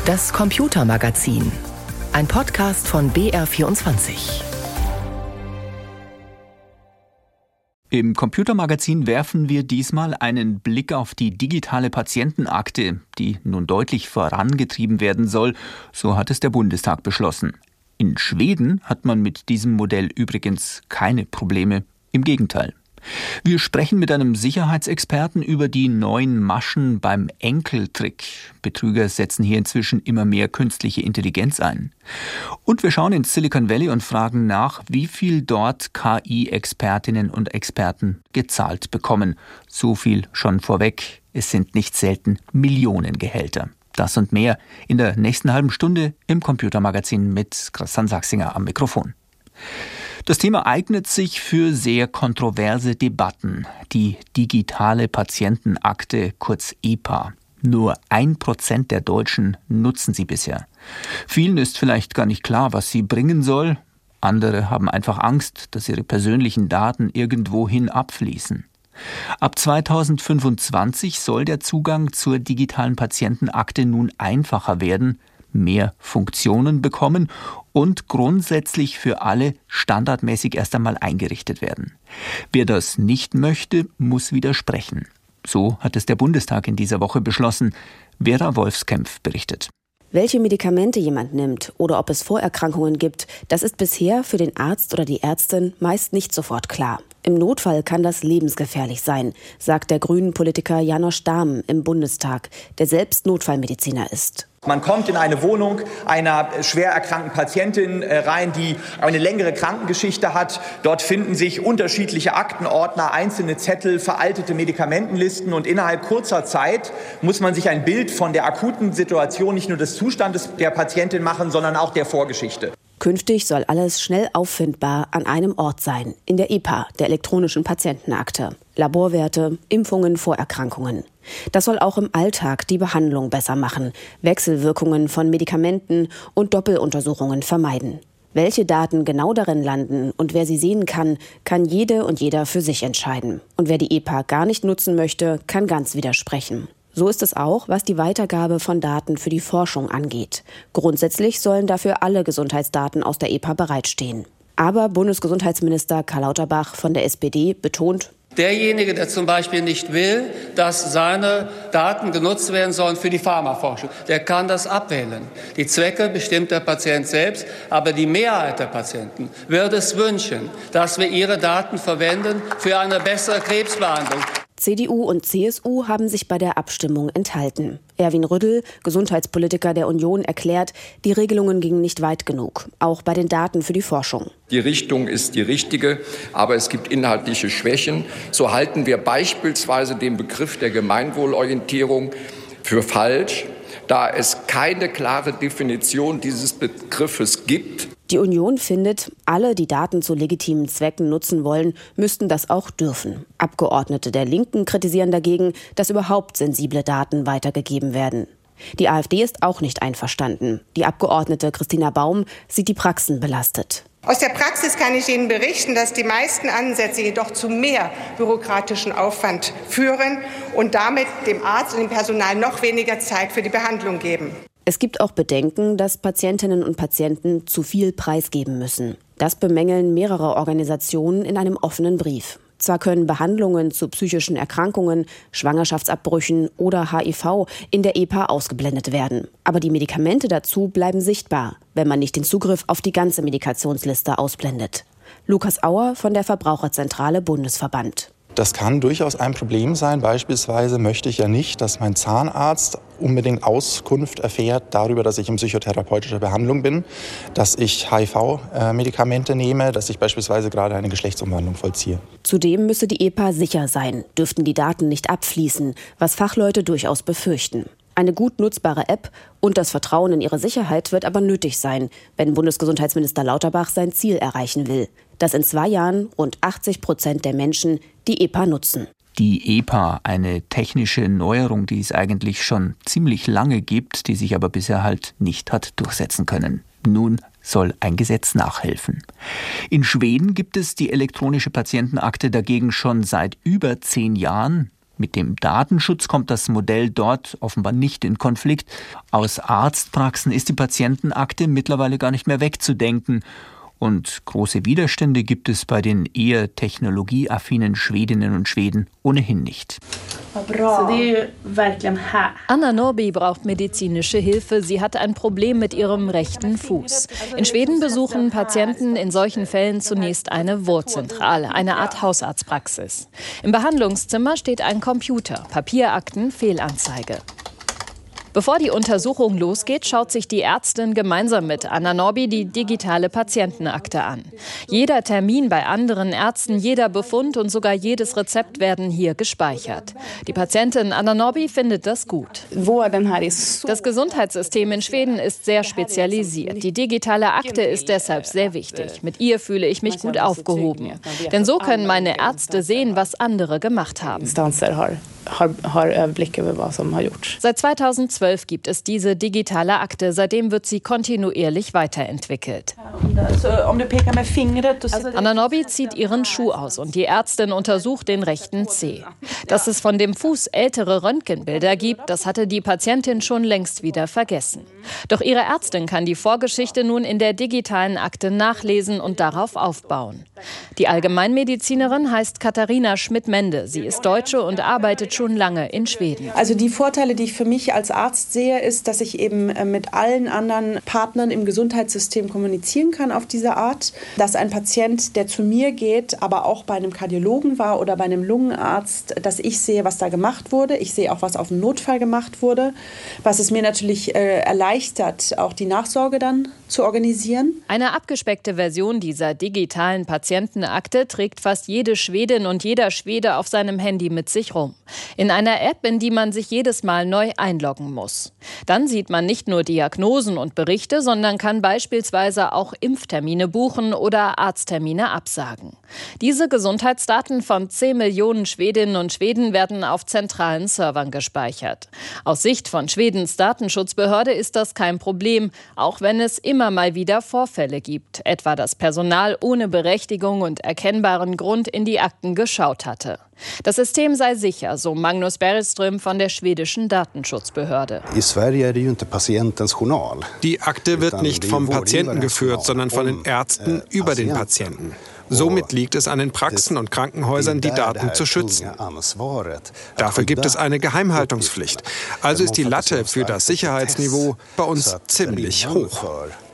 Das Computermagazin. Ein Podcast von BR24. Im Computermagazin werfen wir diesmal einen Blick auf die digitale Patientenakte, die nun deutlich vorangetrieben werden soll, so hat es der Bundestag beschlossen. In Schweden hat man mit diesem Modell übrigens keine Probleme, im Gegenteil. Wir sprechen mit einem Sicherheitsexperten über die neuen Maschen beim Enkeltrick. Betrüger setzen hier inzwischen immer mehr künstliche Intelligenz ein. Und wir schauen ins Silicon Valley und fragen nach, wie viel dort KI-Expertinnen und Experten gezahlt bekommen. So viel schon vorweg, es sind nicht selten Millionengehälter. Das und mehr in der nächsten halben Stunde im Computermagazin mit Christian Sachsinger am Mikrofon. Das Thema eignet sich für sehr kontroverse Debatten. Die digitale Patientenakte, kurz EPA. Nur 1% der Deutschen nutzen sie bisher. Vielen ist vielleicht gar nicht klar, was sie bringen soll. Andere haben einfach Angst, dass ihre persönlichen Daten irgendwohin abfließen. Ab 2025 soll der Zugang zur digitalen Patientenakte nun einfacher werden, mehr Funktionen bekommen und grundsätzlich für alle standardmäßig erst einmal eingerichtet werden. Wer das nicht möchte, muss widersprechen. So hat es der Bundestag in dieser Woche beschlossen. Vera Wolfskämpf berichtet. Welche Medikamente jemand nimmt oder ob es Vorerkrankungen gibt, das ist bisher für den Arzt oder die Ärztin meist nicht sofort klar. Im Notfall kann das lebensgefährlich sein, sagt der Grünen-Politiker Janosch Dahmen im Bundestag, der selbst Notfallmediziner ist. Man kommt in eine Wohnung einer schwer erkrankten Patientin rein, die eine längere Krankengeschichte hat. Dort finden sich unterschiedliche Aktenordner, einzelne Zettel, veraltete Medikamentenlisten. Und innerhalb kurzer Zeit muss man sich ein Bild von der akuten Situation, nicht nur des Zustandes der Patientin machen, sondern auch der Vorgeschichte. Künftig soll alles schnell auffindbar an einem Ort sein, in der EPA, der elektronischen Patientenakte. Laborwerte, Impfungen, Vorerkrankungen. Das soll auch im Alltag die Behandlung besser machen, Wechselwirkungen von Medikamenten und Doppeluntersuchungen vermeiden. Welche Daten genau darin landen und wer sie sehen kann, kann jede und jeder für sich entscheiden. Und wer die EPA gar nicht nutzen möchte, kann ganz widersprechen. So ist es auch, was die Weitergabe von Daten für die Forschung angeht. Grundsätzlich sollen dafür alle Gesundheitsdaten aus der EPA bereitstehen. Aber Bundesgesundheitsminister Karl Lauterbach von der SPD betont: Derjenige, der zum Beispiel nicht will, dass seine Daten genutzt werden sollen für die Pharmaforschung, der kann das abwählen. Die Zwecke bestimmt der Patient selbst, aber die Mehrheit der Patienten würde es wünschen, dass wir ihre Daten verwenden für eine bessere Krebsbehandlung. CDU und CSU haben sich bei der Abstimmung enthalten. Erwin Rüddel, Gesundheitspolitiker der Union, erklärt, die Regelungen gingen nicht weit genug, auch bei den Daten für die Forschung. Die Richtung ist die richtige, aber es gibt inhaltliche Schwächen. So halten wir beispielsweise den Begriff der Gemeinwohlorientierung für falsch, da es keine klare Definition dieses Begriffes gibt. Die Union findet, alle, die Daten zu legitimen Zwecken nutzen wollen, müssten das auch dürfen. Abgeordnete der Linken kritisieren dagegen, dass überhaupt sensible Daten weitergegeben werden. Die AfD ist auch nicht einverstanden. Die Abgeordnete Christina Baum sieht die Praxen belastet. Aus der Praxis kann ich Ihnen berichten, dass die meisten Ansätze jedoch zu mehr bürokratischen Aufwand führen und damit dem Arzt und dem Personal noch weniger Zeit für die Behandlung geben. Es gibt auch Bedenken, dass Patientinnen und Patienten zu viel preisgeben müssen. Das bemängeln mehrere Organisationen in einem offenen Brief. Zwar können Behandlungen zu psychischen Erkrankungen, Schwangerschaftsabbrüchen oder HIV in der EPA ausgeblendet werden. Aber die Medikamente dazu bleiben sichtbar, wenn man nicht den Zugriff auf die ganze Medikationsliste ausblendet. Lukas Auer von der Verbraucherzentrale Bundesverband. Das kann durchaus ein Problem sein. Beispielsweise möchte ich ja nicht, dass mein Zahnarzt unbedingt Auskunft erfährt darüber, dass ich in psychotherapeutischer Behandlung bin, dass ich HIV-Medikamente nehme, dass ich beispielsweise gerade eine Geschlechtsumwandlung vollziehe. Zudem müsse die EPA sicher sein, dürften die Daten nicht abfließen, was Fachleute durchaus befürchten. Eine gut nutzbare App und das Vertrauen in ihre Sicherheit wird aber nötig sein, wenn Bundesgesundheitsminister Lauterbach sein Ziel erreichen will, dass in 2 Jahren rund 80% der Menschen die EPA nutzen. Die EPA, eine technische Neuerung, die es eigentlich schon ziemlich lange gibt, die sich aber bisher halt nicht hat durchsetzen können. Nun soll ein Gesetz nachhelfen. In Schweden gibt es die elektronische Patientenakte dagegen schon seit über 10 Jahren. Mit dem Datenschutz kommt das Modell dort offenbar nicht in Konflikt. Aus Arztpraxen ist die Patientenakte mittlerweile gar nicht mehr wegzudenken. Und große Widerstände gibt es bei den eher technologieaffinen Schwedinnen und Schweden ohnehin nicht. Anna Norrby braucht medizinische Hilfe. Sie hat ein Problem mit ihrem rechten Fuß. In Schweden besuchen Patienten in solchen Fällen zunächst eine Wurzentrale, eine Art Hausarztpraxis. Im Behandlungszimmer steht ein Computer, Papierakten, Fehlanzeige. Bevor die Untersuchung losgeht, schaut sich die Ärztin gemeinsam mit Anna Norrby die digitale Patientenakte an. Jeder Termin bei anderen Ärzten, jeder Befund und sogar jedes Rezept werden hier gespeichert. Die Patientin Anna Norrby findet das gut. Das Gesundheitssystem in Schweden ist sehr spezialisiert. Die digitale Akte ist deshalb sehr wichtig. Mit ihr fühle ich mich gut aufgehoben. Denn so können meine Ärzte sehen, was andere gemacht haben. Seit 2012 gibt es diese digitale Akte. Seitdem wird sie kontinuierlich weiterentwickelt. Anna Norrby zieht ihren Schuh aus und die Ärztin untersucht den rechten Zeh. Dass es von dem Fuß ältere Röntgenbilder gibt, das hatte die Patientin schon längst wieder vergessen. Doch ihre Ärztin kann die Vorgeschichte nun in der digitalen Akte nachlesen und darauf aufbauen. Die Allgemeinmedizinerin heißt Katharina Schmidt-Mende. Sie ist Deutsche und arbeitet schon lange in Schweden. Also die Vorteile, die ich für mich als Arzt sehe, ist, dass ich eben mit allen anderen Partnern im Gesundheitssystem kommunizieren kann auf diese Art. Dass ein Patient, der zu mir geht, aber auch bei einem Kardiologen war oder bei einem Lungenarzt, dass ich sehe, was da gemacht wurde. Ich sehe auch, was auf dem Notfall gemacht wurde. Was es mir natürlich erleichtert, auch die Nachsorge dann zu organisieren. Eine abgespeckte Version dieser digitalen Patientenakte trägt fast jede Schwedin und jeder Schwede auf seinem Handy mit sich rum. In einer App, in die man sich jedes Mal neu einloggen muss. Dann sieht man nicht nur Diagnosen und Berichte, sondern kann beispielsweise auch Impftermine buchen oder Arzttermine absagen. Diese Gesundheitsdaten von 10 Millionen Schwedinnen und Schweden werden auf zentralen Servern gespeichert. Aus Sicht von Schwedens Datenschutzbehörde ist das kein Problem, auch wenn es immer mal wieder Vorfälle gibt, etwa dass Personal ohne Berechtigung und erkennbaren Grund in die Akten geschaut hatte. Das System sei sicher, so Magnus Bergström von der schwedischen Datenschutzbehörde. Die Akte wird nicht vom Patienten geführt, sondern von den Ärzten über den Patienten. Somit liegt es an den Praxen und Krankenhäusern, die Daten zu schützen. Dafür gibt es eine Geheimhaltungspflicht. Also ist die Latte für das Sicherheitsniveau bei uns ziemlich hoch.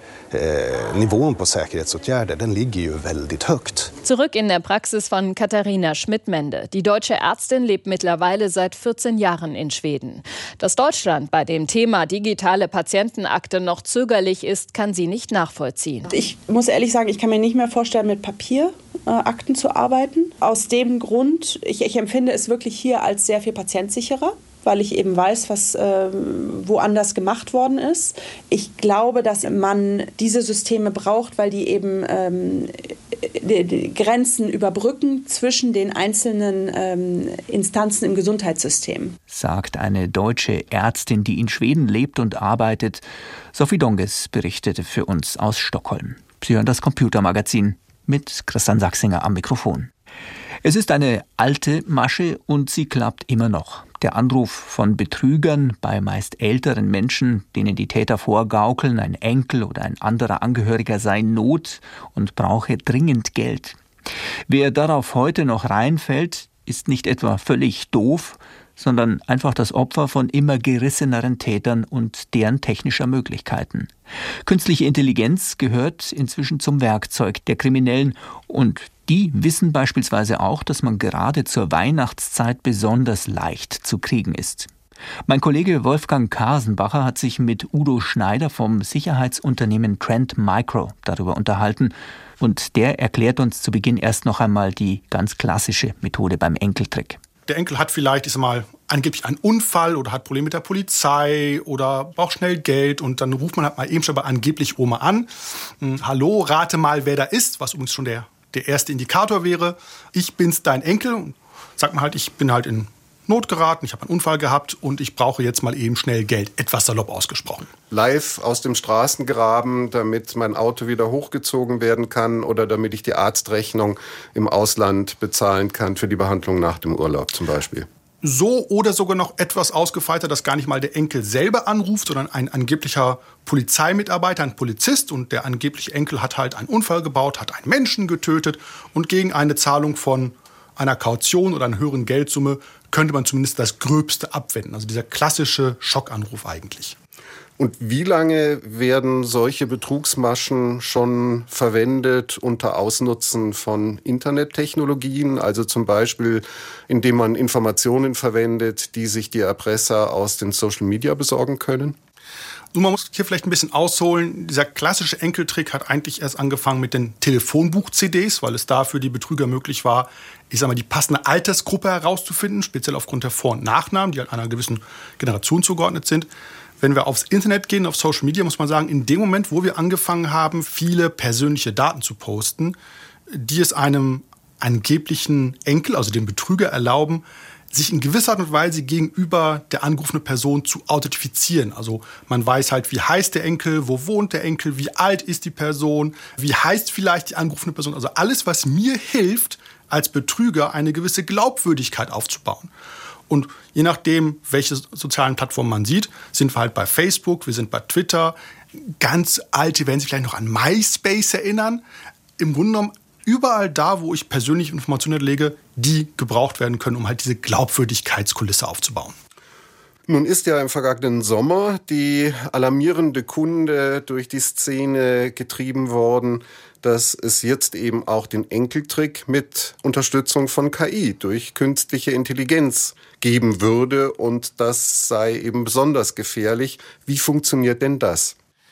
Zurück in der Praxis von Katharina Schmidt-Mende. Die deutsche Ärztin lebt mittlerweile seit 14 Jahren in Schweden. Dass Deutschland bei dem Thema digitale Patientenakte noch zögerlich ist, kann sie nicht nachvollziehen. Ich muss ehrlich sagen, ich kann mir nicht mehr vorstellen, mit Papierakten zu arbeiten. Aus dem Grund, ich empfinde es wirklich hier als sehr viel patientsicherer, weil ich eben weiß, was woanders gemacht worden ist. Ich glaube, dass man diese Systeme braucht, weil die eben die Grenzen überbrücken zwischen den einzelnen Instanzen im Gesundheitssystem. Sagt eine deutsche Ärztin, die in Schweden lebt und arbeitet. Sophie Donges berichtete für uns aus Stockholm. Sie hören das Computermagazin mit Christian Sachsinger am Mikrofon. Es ist eine alte Masche und sie klappt immer noch. Der Anruf von Betrügern bei meist älteren Menschen, denen die Täter vorgaukeln, ein Enkel oder ein anderer Angehöriger sei in Not und brauche dringend Geld. Wer darauf heute noch reinfällt, ist nicht etwa völlig doof, sondern einfach das Opfer von immer gerisseneren Tätern und deren technischer Möglichkeiten. Künstliche Intelligenz gehört inzwischen zum Werkzeug der Kriminellen und die wissen beispielsweise auch, dass man gerade zur Weihnachtszeit besonders leicht zu kriegen ist. Mein Kollege Wolfgang Kasenbacher hat sich mit Udo Schneider vom Sicherheitsunternehmen Trend Micro darüber unterhalten. Und der erklärt uns zu Beginn erst noch einmal die ganz klassische Methode beim Enkeltrick. Der Enkel hat vielleicht, angeblich einen Unfall oder hat Probleme mit der Polizei oder braucht schnell Geld und dann ruft man halt mal eben schon bei angeblich Oma an. Hallo, rate mal, wer da ist, was übrigens schon der erste Indikator wäre. Ich bin's, dein Enkel. Sagt man halt, ich bin halt in Not geraten, ich habe einen Unfall gehabt und ich brauche jetzt mal eben schnell Geld. Etwas salopp ausgesprochen. Live aus dem Straßengraben, damit mein Auto wieder hochgezogen werden kann oder damit ich die Arztrechnung im Ausland bezahlen kann für die Behandlung nach dem Urlaub zum Beispiel. So oder sogar noch etwas ausgefeilter, dass gar nicht mal der Enkel selber anruft, sondern ein angeblicher Polizeimitarbeiter, ein Polizist. Und der angebliche Enkel hat halt einen Unfall gebaut, hat einen Menschen getötet. Und gegen eine Zahlung von einer Kaution oder einer höheren Geldsumme könnte man zumindest das Gröbste abwenden. Also dieser klassische Schockanruf eigentlich. Und wie lange werden solche Betrugsmaschen schon verwendet unter Ausnutzen von Internettechnologien? Also zum Beispiel, indem man Informationen verwendet, die sich die Erpresser aus den Social Media besorgen können? Nun, man muss hier vielleicht ein bisschen ausholen. Dieser klassische Enkeltrick hat eigentlich erst angefangen mit den Telefonbuch-CDs, weil es da für die Betrüger möglich war, die passende Altersgruppe herauszufinden, speziell aufgrund der Vor- und Nachnamen, die halt einer gewissen Generation zugeordnet sind. Wenn wir aufs Internet gehen, auf Social Media, muss man sagen, in dem Moment, wo wir angefangen haben, viele persönliche Daten zu posten, die es einem angeblichen Enkel, also dem Betrüger, erlauben, sich in gewisser Art und Weise gegenüber der angerufenen Person zu authentifizieren. Also man weiß halt, wie heißt der Enkel, wo wohnt der Enkel, wie alt ist die Person, wie heißt vielleicht die angerufene Person. Also alles, was mir hilft, als Betrüger eine gewisse Glaubwürdigkeit aufzubauen. Und je nachdem, welche sozialen Plattformen man sieht, sind wir halt bei Facebook, wir sind bei Twitter. Ganz alte werden sich vielleicht noch an MySpace erinnern. Im Grunde genommen überall da, wo ich persönliche Informationen lege, die gebraucht werden können, um halt diese Glaubwürdigkeitskulisse aufzubauen. Nun ist ja im vergangenen Sommer die alarmierende Kunde durch die Szene getrieben worden, dass es jetzt eben auch den Enkeltrick mit Unterstützung von KI durch künstliche Intelligenz geben würde und das sei eben besonders gefährlich. Wie funktioniert denn das?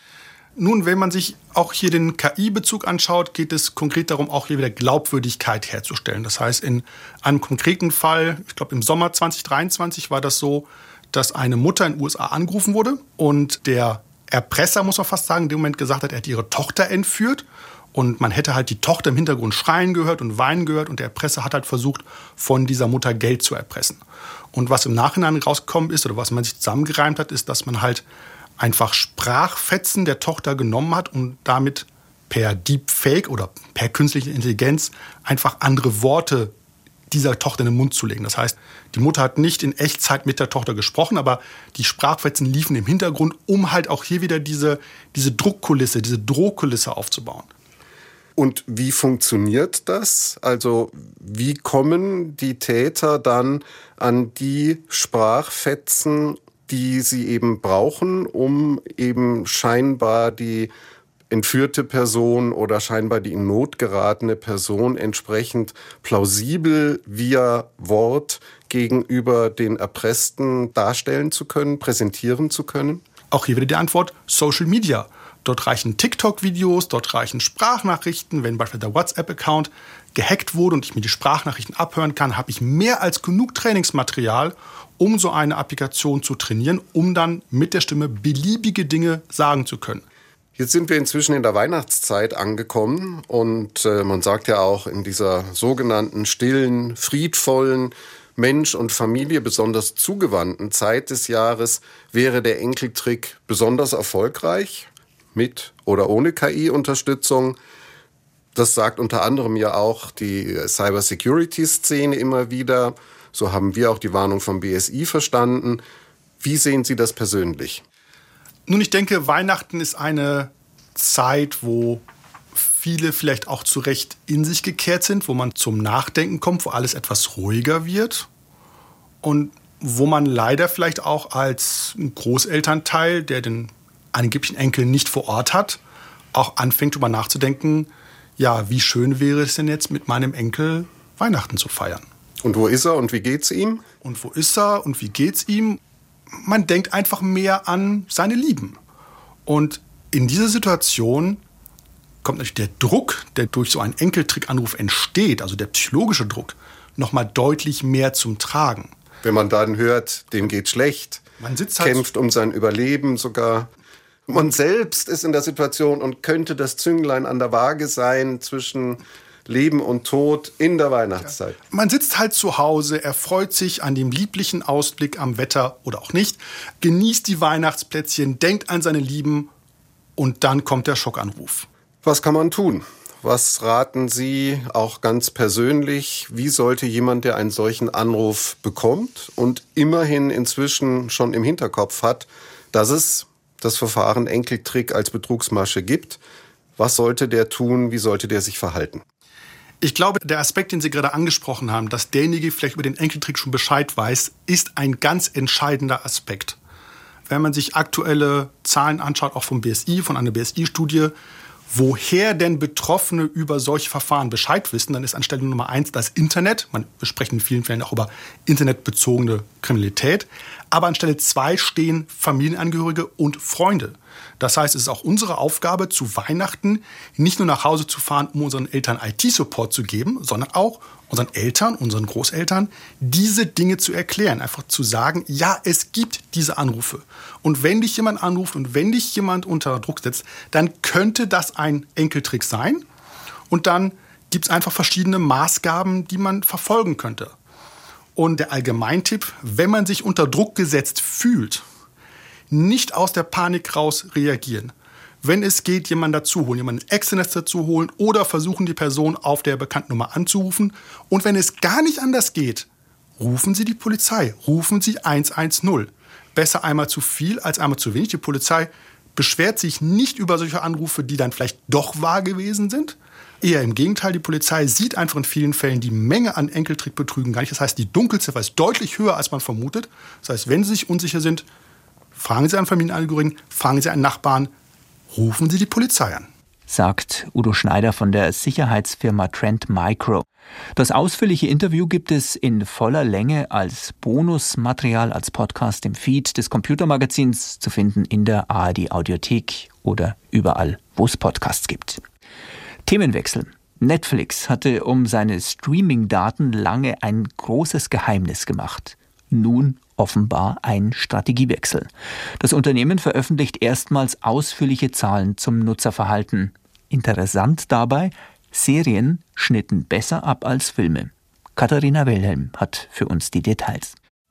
Nun, wenn man sich auch hier den KI-Bezug anschaut, geht es konkret darum, auch hier wieder Glaubwürdigkeit herzustellen. Das heißt, in einem konkreten Fall, ich glaube im Sommer 2023 war das so, dass eine Mutter in den USA angerufen wurde und der Erpresser, muss man fast sagen, in dem Moment gesagt hat, er hat ihre Tochter entführt. Und man hätte halt die Tochter im Hintergrund schreien gehört und weinen gehört. Und der Erpresser hat halt versucht, von dieser Mutter Geld zu erpressen. Und was im Nachhinein rausgekommen ist, oder was man sich zusammengereimt hat, ist, dass man halt einfach Sprachfetzen der Tochter genommen hat und damit per Deepfake oder per künstliche Intelligenz einfach andere Worte dieser Tochter in den Mund zu legen. Das heißt, die Mutter hat nicht in Echtzeit mit der Tochter gesprochen, aber die Sprachfetzen liefen im Hintergrund, um halt auch hier wieder diese Druckkulisse, diese Drohkulisse aufzubauen. Und wie funktioniert das? Also wie kommen die Täter dann an die Sprachfetzen, die sie eben brauchen, um eben scheinbar die entführte Person oder scheinbar die in Not geratene Person entsprechend plausibel via Wort gegenüber den Erpressten darstellen zu können, präsentieren zu können? Auch hier wieder die Antwort, Social Media. Dort reichen TikTok-Videos, dort reichen Sprachnachrichten. Wenn beispielsweise der WhatsApp-Account gehackt wurde und ich mir die Sprachnachrichten abhören kann, habe ich mehr als genug Trainingsmaterial, um so eine Applikation zu trainieren, um dann mit der Stimme beliebige Dinge sagen zu können. Jetzt sind wir inzwischen in der Weihnachtszeit angekommen und man sagt ja auch in dieser sogenannten stillen, friedvollen, Mensch und Familie besonders zugewandten Zeit des Jahres wäre der Enkeltrick besonders erfolgreich, mit oder ohne KI-Unterstützung. Das sagt unter anderem ja auch die Cybersecurity-Szene immer wieder. So haben wir auch die Warnung vom BSI verstanden. Wie sehen Sie das persönlich? Nun, ich denke, Weihnachten ist eine Zeit, wo viele vielleicht auch zu Recht in sich gekehrt sind, wo man zum Nachdenken kommt, wo alles etwas ruhiger wird und wo man leider vielleicht auch als Großelternteil, der den angeblichen Enkel nicht vor Ort hat, auch anfängt, darüber nachzudenken, ja, wie schön wäre es denn jetzt, mit meinem Enkel Weihnachten zu feiern. Und wo ist er und wie geht's ihm? Und wo ist er und wie geht's ihm? Man denkt einfach mehr an seine Lieben. Und in dieser Situation kommt natürlich der Druck, der durch so einen Enkeltrickanruf entsteht, also der psychologische Druck, nochmal deutlich mehr zum Tragen. Wenn man dann hört, dem geht's schlecht, man sitzt halt kämpft um sein Überleben sogar. Man selbst ist in der Situation und könnte das Zünglein an der Waage sein zwischen Leben und Tod in der Weihnachtszeit. Man sitzt halt zu Hause, erfreut sich an dem lieblichen Ausblick am Wetter oder auch nicht, genießt die Weihnachtsplätzchen, denkt an seine Lieben und dann kommt der Schockanruf. Was kann man tun? Was raten Sie auch ganz persönlich? Wie sollte jemand, der einen solchen Anruf bekommt und immerhin inzwischen schon im Hinterkopf hat, dass es das Verfahren Enkeltrick als Betrugsmasche gibt, was sollte der tun? Wie sollte der sich verhalten? Ich glaube, der Aspekt, den Sie gerade angesprochen haben, dass derjenige vielleicht über den Enkeltrick schon Bescheid weiß, ist ein ganz entscheidender Aspekt. Wenn man sich aktuelle Zahlen anschaut, auch vom BSI, von einer BSI-Studie, woher denn Betroffene über solche Verfahren Bescheid wissen, dann ist an Stelle Nummer 1 das Internet. Wir sprechen in vielen Fällen auch über internetbezogene Kriminalität. Aber an Stelle 2 stehen Familienangehörige und Freunde. Das heißt, es ist auch unsere Aufgabe, zu Weihnachten nicht nur nach Hause zu fahren, um unseren Eltern IT-Support zu geben, sondern auch unseren Eltern, unseren Großeltern, diese Dinge zu erklären. Einfach zu sagen, ja, es gibt diese Anrufe. Und wenn dich jemand anruft und wenn dich jemand unter Druck setzt, dann könnte das ein Enkeltrick sein. Und dann gibt es einfach verschiedene Maßgaben, die man verfolgen könnte. Und der Allgemeintipp, wenn man sich unter Druck gesetzt fühlt, nicht aus der Panik raus reagieren. Wenn es geht, jemanden dazu holen, jemanden externes dazu holen oder versuchen, die Person auf der bekannten Nummer anzurufen. Und wenn es gar nicht anders geht, rufen Sie die Polizei, rufen Sie 110. Besser einmal zu viel als einmal zu wenig. Die Polizei beschwert sich nicht über solche Anrufe, die dann vielleicht doch wahr gewesen sind. Eher im Gegenteil, die Polizei sieht einfach in vielen Fällen die Menge an Enkeltrickbetrügen gar nicht. Das heißt, die Dunkelziffer ist deutlich höher, als man vermutet. Das heißt, wenn Sie sich unsicher sind, fragen Sie einen Familienangehörigen, fragen Sie einen Nachbarn, rufen Sie die Polizei an. Sagt Udo Schneider von der Sicherheitsfirma Trend Micro. Das ausführliche Interview gibt es in voller Länge als Bonusmaterial, als Podcast im Feed des Computermagazins zu finden in der ARD Audiothek oder überall, wo es Podcasts gibt. Themenwechsel. Netflix hatte um seine Streaming-Daten lange ein großes Geheimnis gemacht. Nun offenbar ein Strategiewechsel. Das Unternehmen veröffentlicht erstmals ausführliche Zahlen zum Nutzerverhalten. Interessant dabei, Serien schnitten besser ab als Filme. Katharina Wilhelm hat für uns die Details.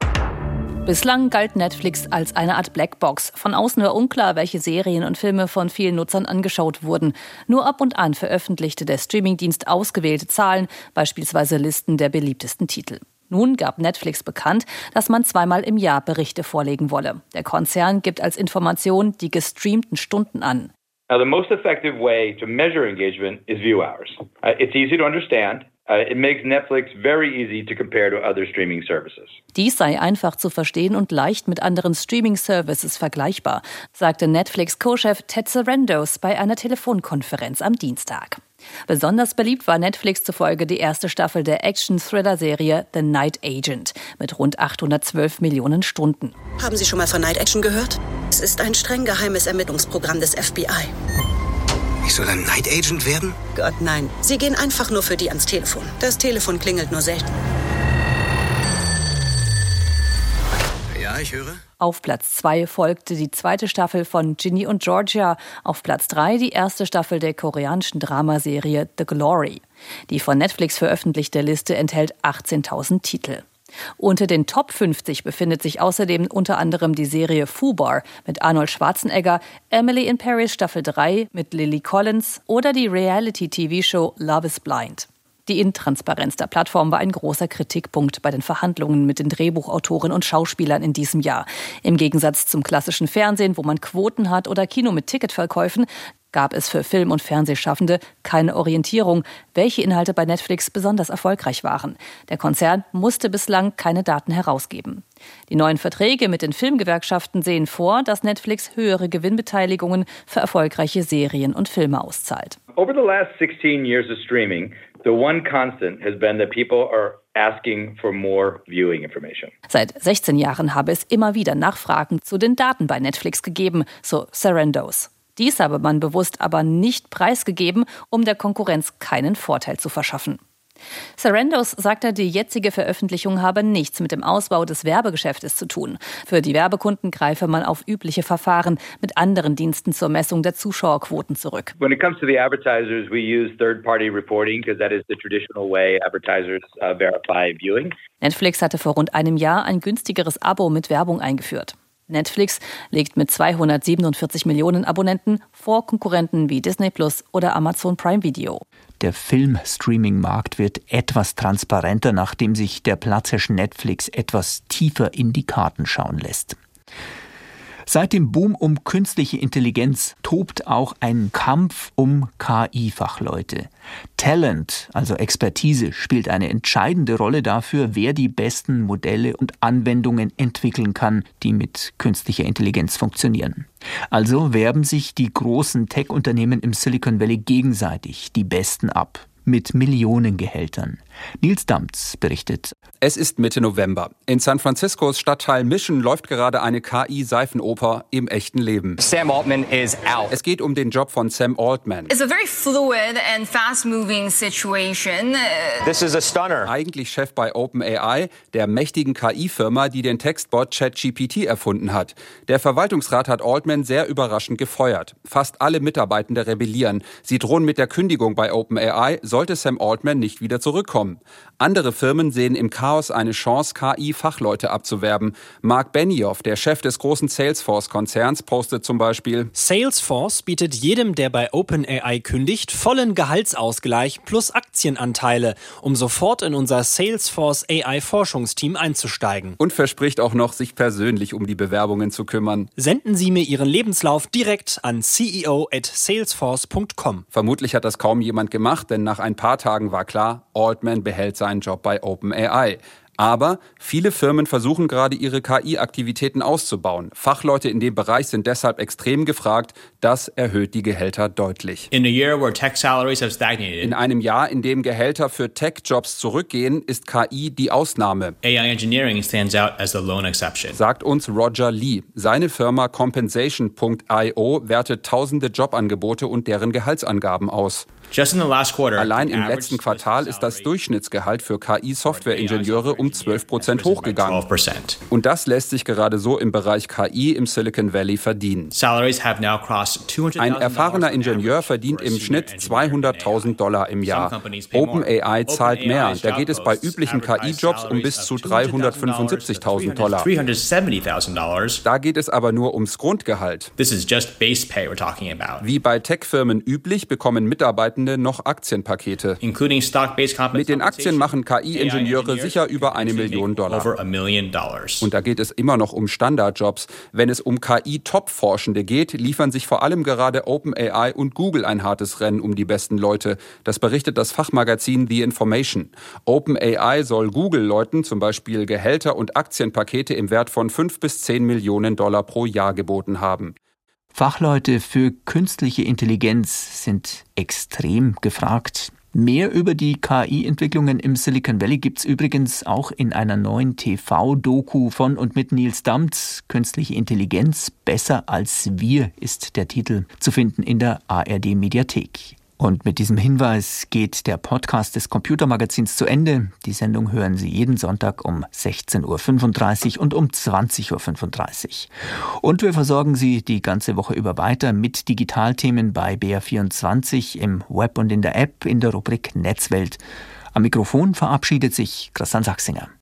Bislang galt Netflix als eine Art Blackbox. Von außen war unklar, welche Serien und Filme von vielen Nutzern angeschaut wurden. Nur ab und an veröffentlichte der Streamingdienst ausgewählte Zahlen, beispielsweise Listen der beliebtesten Titel. Nun gab Netflix bekannt, dass man 2-mal im Jahr Berichte vorlegen wolle. Der Konzern gibt als Information die gestreamten Stunden an. Now, the most effective way to measure engagement is view hours. It's easy to understand. It makes Netflix very easy to compare to other streaming services. Dies sei einfach zu verstehen und leicht mit anderen Streaming-Services vergleichbar, sagte Netflix-Co-Chef Ted Sarandos bei einer Telefonkonferenz am Dienstag. Besonders beliebt war Netflix zufolge die erste Staffel der Action-Thriller-Serie The Night Agent mit rund 812 Millionen Stunden. Haben Sie schon mal von Night Action gehört? Es ist ein streng geheimes Ermittlungsprogramm des FBI. Ich soll ein Night Agent werden? Gott, nein. Sie gehen einfach nur für die ans Telefon. Das Telefon klingelt nur selten. Ja, ich höre. Auf Platz 2 folgte die zweite Staffel von Ginny und Georgia. Auf Platz 3 die erste Staffel der koreanischen Dramaserie The Glory. Die von Netflix veröffentlichte Liste enthält 18.000 Titel. Unter den Top 50 befindet sich außerdem unter anderem die Serie Fubar mit Arnold Schwarzenegger, Emily in Paris Staffel 3 mit Lily Collins oder die Reality-TV-Show Love is Blind. Die Intransparenz der Plattform war ein großer Kritikpunkt bei den Verhandlungen mit den Drehbuchautoren und Schauspielern in diesem Jahr. Im Gegensatz zum klassischen Fernsehen, wo man Quoten hat, oder Kino mit Ticketverkäufen, gab es für Film- und Fernsehschaffende keine Orientierung, welche Inhalte bei Netflix besonders erfolgreich waren. Der Konzern musste bislang keine Daten herausgeben. Die neuen Verträge mit den Filmgewerkschaften sehen vor, dass Netflix höhere Gewinnbeteiligungen für erfolgreiche Serien und Filme auszahlt. Over the last 16 years of streaming, the one constant has been that people are asking for more viewing information. Seit 16 Jahren habe es immer wieder Nachfragen zu den Daten bei Netflix gegeben, so Sarandos. Dies habe man bewusst aber nicht preisgegeben, um der Konkurrenz keinen Vorteil zu verschaffen. Sarandos sagte, die jetzige Veröffentlichung habe nichts mit dem Ausbau des Werbegeschäftes zu tun. Für die Werbekunden greife man auf übliche Verfahren mit anderen Diensten zur Messung der Zuschauerquoten zurück. When it comes to the advertisers, we use third-party reporting because that is the traditional way advertisers verify viewing. Netflix hatte vor rund einem Jahr ein günstigeres Abo mit Werbung eingeführt. Netflix liegt mit 247 Millionen Abonnenten vor Konkurrenten wie Disney Plus oder Amazon Prime Video. Der Film-Streaming-Markt wird etwas transparenter, nachdem sich der Platzhirsch Netflix etwas tiefer in die Karten schauen lässt. Seit dem Boom um künstliche Intelligenz tobt auch ein Kampf um KI-Fachleute. Talent, also Expertise, spielt eine entscheidende Rolle dafür, wer die besten Modelle und Anwendungen entwickeln kann, die mit künstlicher Intelligenz funktionieren. Also werben sich die großen Tech-Unternehmen im Silicon Valley gegenseitig die Besten ab. Mit Millionengehältern. Nils Damz berichtet. Es ist Mitte November. In San Franciscos Stadtteil Mission läuft gerade eine KI-Seifenoper im echten Leben. Sam Altman is out. Es geht um den Job von Sam Altman. It's a very fluid and fast-moving situation. This is a stunner. Eigentlich Chef bei OpenAI, der mächtigen KI-Firma, die den Textbot ChatGPT erfunden hat. Der Verwaltungsrat hat Altman sehr überraschend gefeuert. Fast alle Mitarbeitende rebellieren. Sie drohen mit der Kündigung bei OpenAI, sollte Sam Altman nicht wieder zurückkommen. Andere Firmen sehen im Chaos eine Chance, KI-Fachleute abzuwerben. Mark Benioff, der Chef des großen Salesforce-Konzerns, postet zum Beispiel: Salesforce bietet jedem, der bei OpenAI kündigt, vollen Gehaltsausgleich plus Aktienanteile, um sofort in unser Salesforce AI-Forschungsteam einzusteigen. Und verspricht auch noch, sich persönlich um die Bewerbungen zu kümmern. Senden Sie mir Ihren Lebenslauf direkt an ceo@salesforce.com. Vermutlich hat das kaum jemand gemacht, denn nach ein paar Tagen war klar, Altman behält seinen Job bei OpenAI. Aber viele Firmen versuchen gerade, ihre KI-Aktivitäten auszubauen. Fachleute in dem Bereich sind deshalb extrem gefragt. Das erhöht die Gehälter deutlich. In einem Jahr, in dem Gehälter für Tech-Jobs zurückgehen, ist KI die Ausnahme. AI engineering stands out as the lone exception. Sagt uns Roger Lee. Seine Firma Compensation.io wertet tausende Jobangebote und deren Gehaltsangaben aus. Allein im letzten Quartal ist das Durchschnittsgehalt für KI-Software-Ingenieure um 12% hochgegangen. Und das lässt sich gerade so im Bereich KI im Silicon Valley verdienen. Ein erfahrener Ingenieur verdient im Schnitt $200.000 im Jahr. OpenAI zahlt mehr. Da geht es bei üblichen KI-Jobs um bis zu $375.000. Da geht es aber nur ums Grundgehalt. Wie bei Tech-Firmen üblich, bekommen Mitarbeitende noch Aktienpakete. Mit den Aktien machen KI-Ingenieure sicher über $1 Million. Und da geht es immer noch um Standardjobs. Wenn es um KI-Top-Forschende geht, liefern sich vor allem gerade OpenAI und Google ein hartes Rennen um die besten Leute. Das berichtet das Fachmagazin The Information. OpenAI soll Google-Leuten zum Beispiel Gehälter und Aktienpakete im Wert von $5 bis $10 Millionen pro Jahr geboten haben. Fachleute für künstliche Intelligenz sind extrem gefragt. Mehr über die KI-Entwicklungen im Silicon Valley gibt's übrigens auch in einer neuen TV-Doku von und mit Nils Damz. Künstliche Intelligenz besser als wir ist der Titel, zu finden in der ARD-Mediathek. Und mit diesem Hinweis geht der Podcast des Computermagazins zu Ende. Die Sendung hören Sie jeden Sonntag um 16.35 Uhr und um 20.35 Uhr. Und wir versorgen Sie die ganze Woche über weiter mit Digitalthemen bei BR24 im Web und in der App in der Rubrik Netzwelt. Am Mikrofon verabschiedet sich Christian Sachsinger.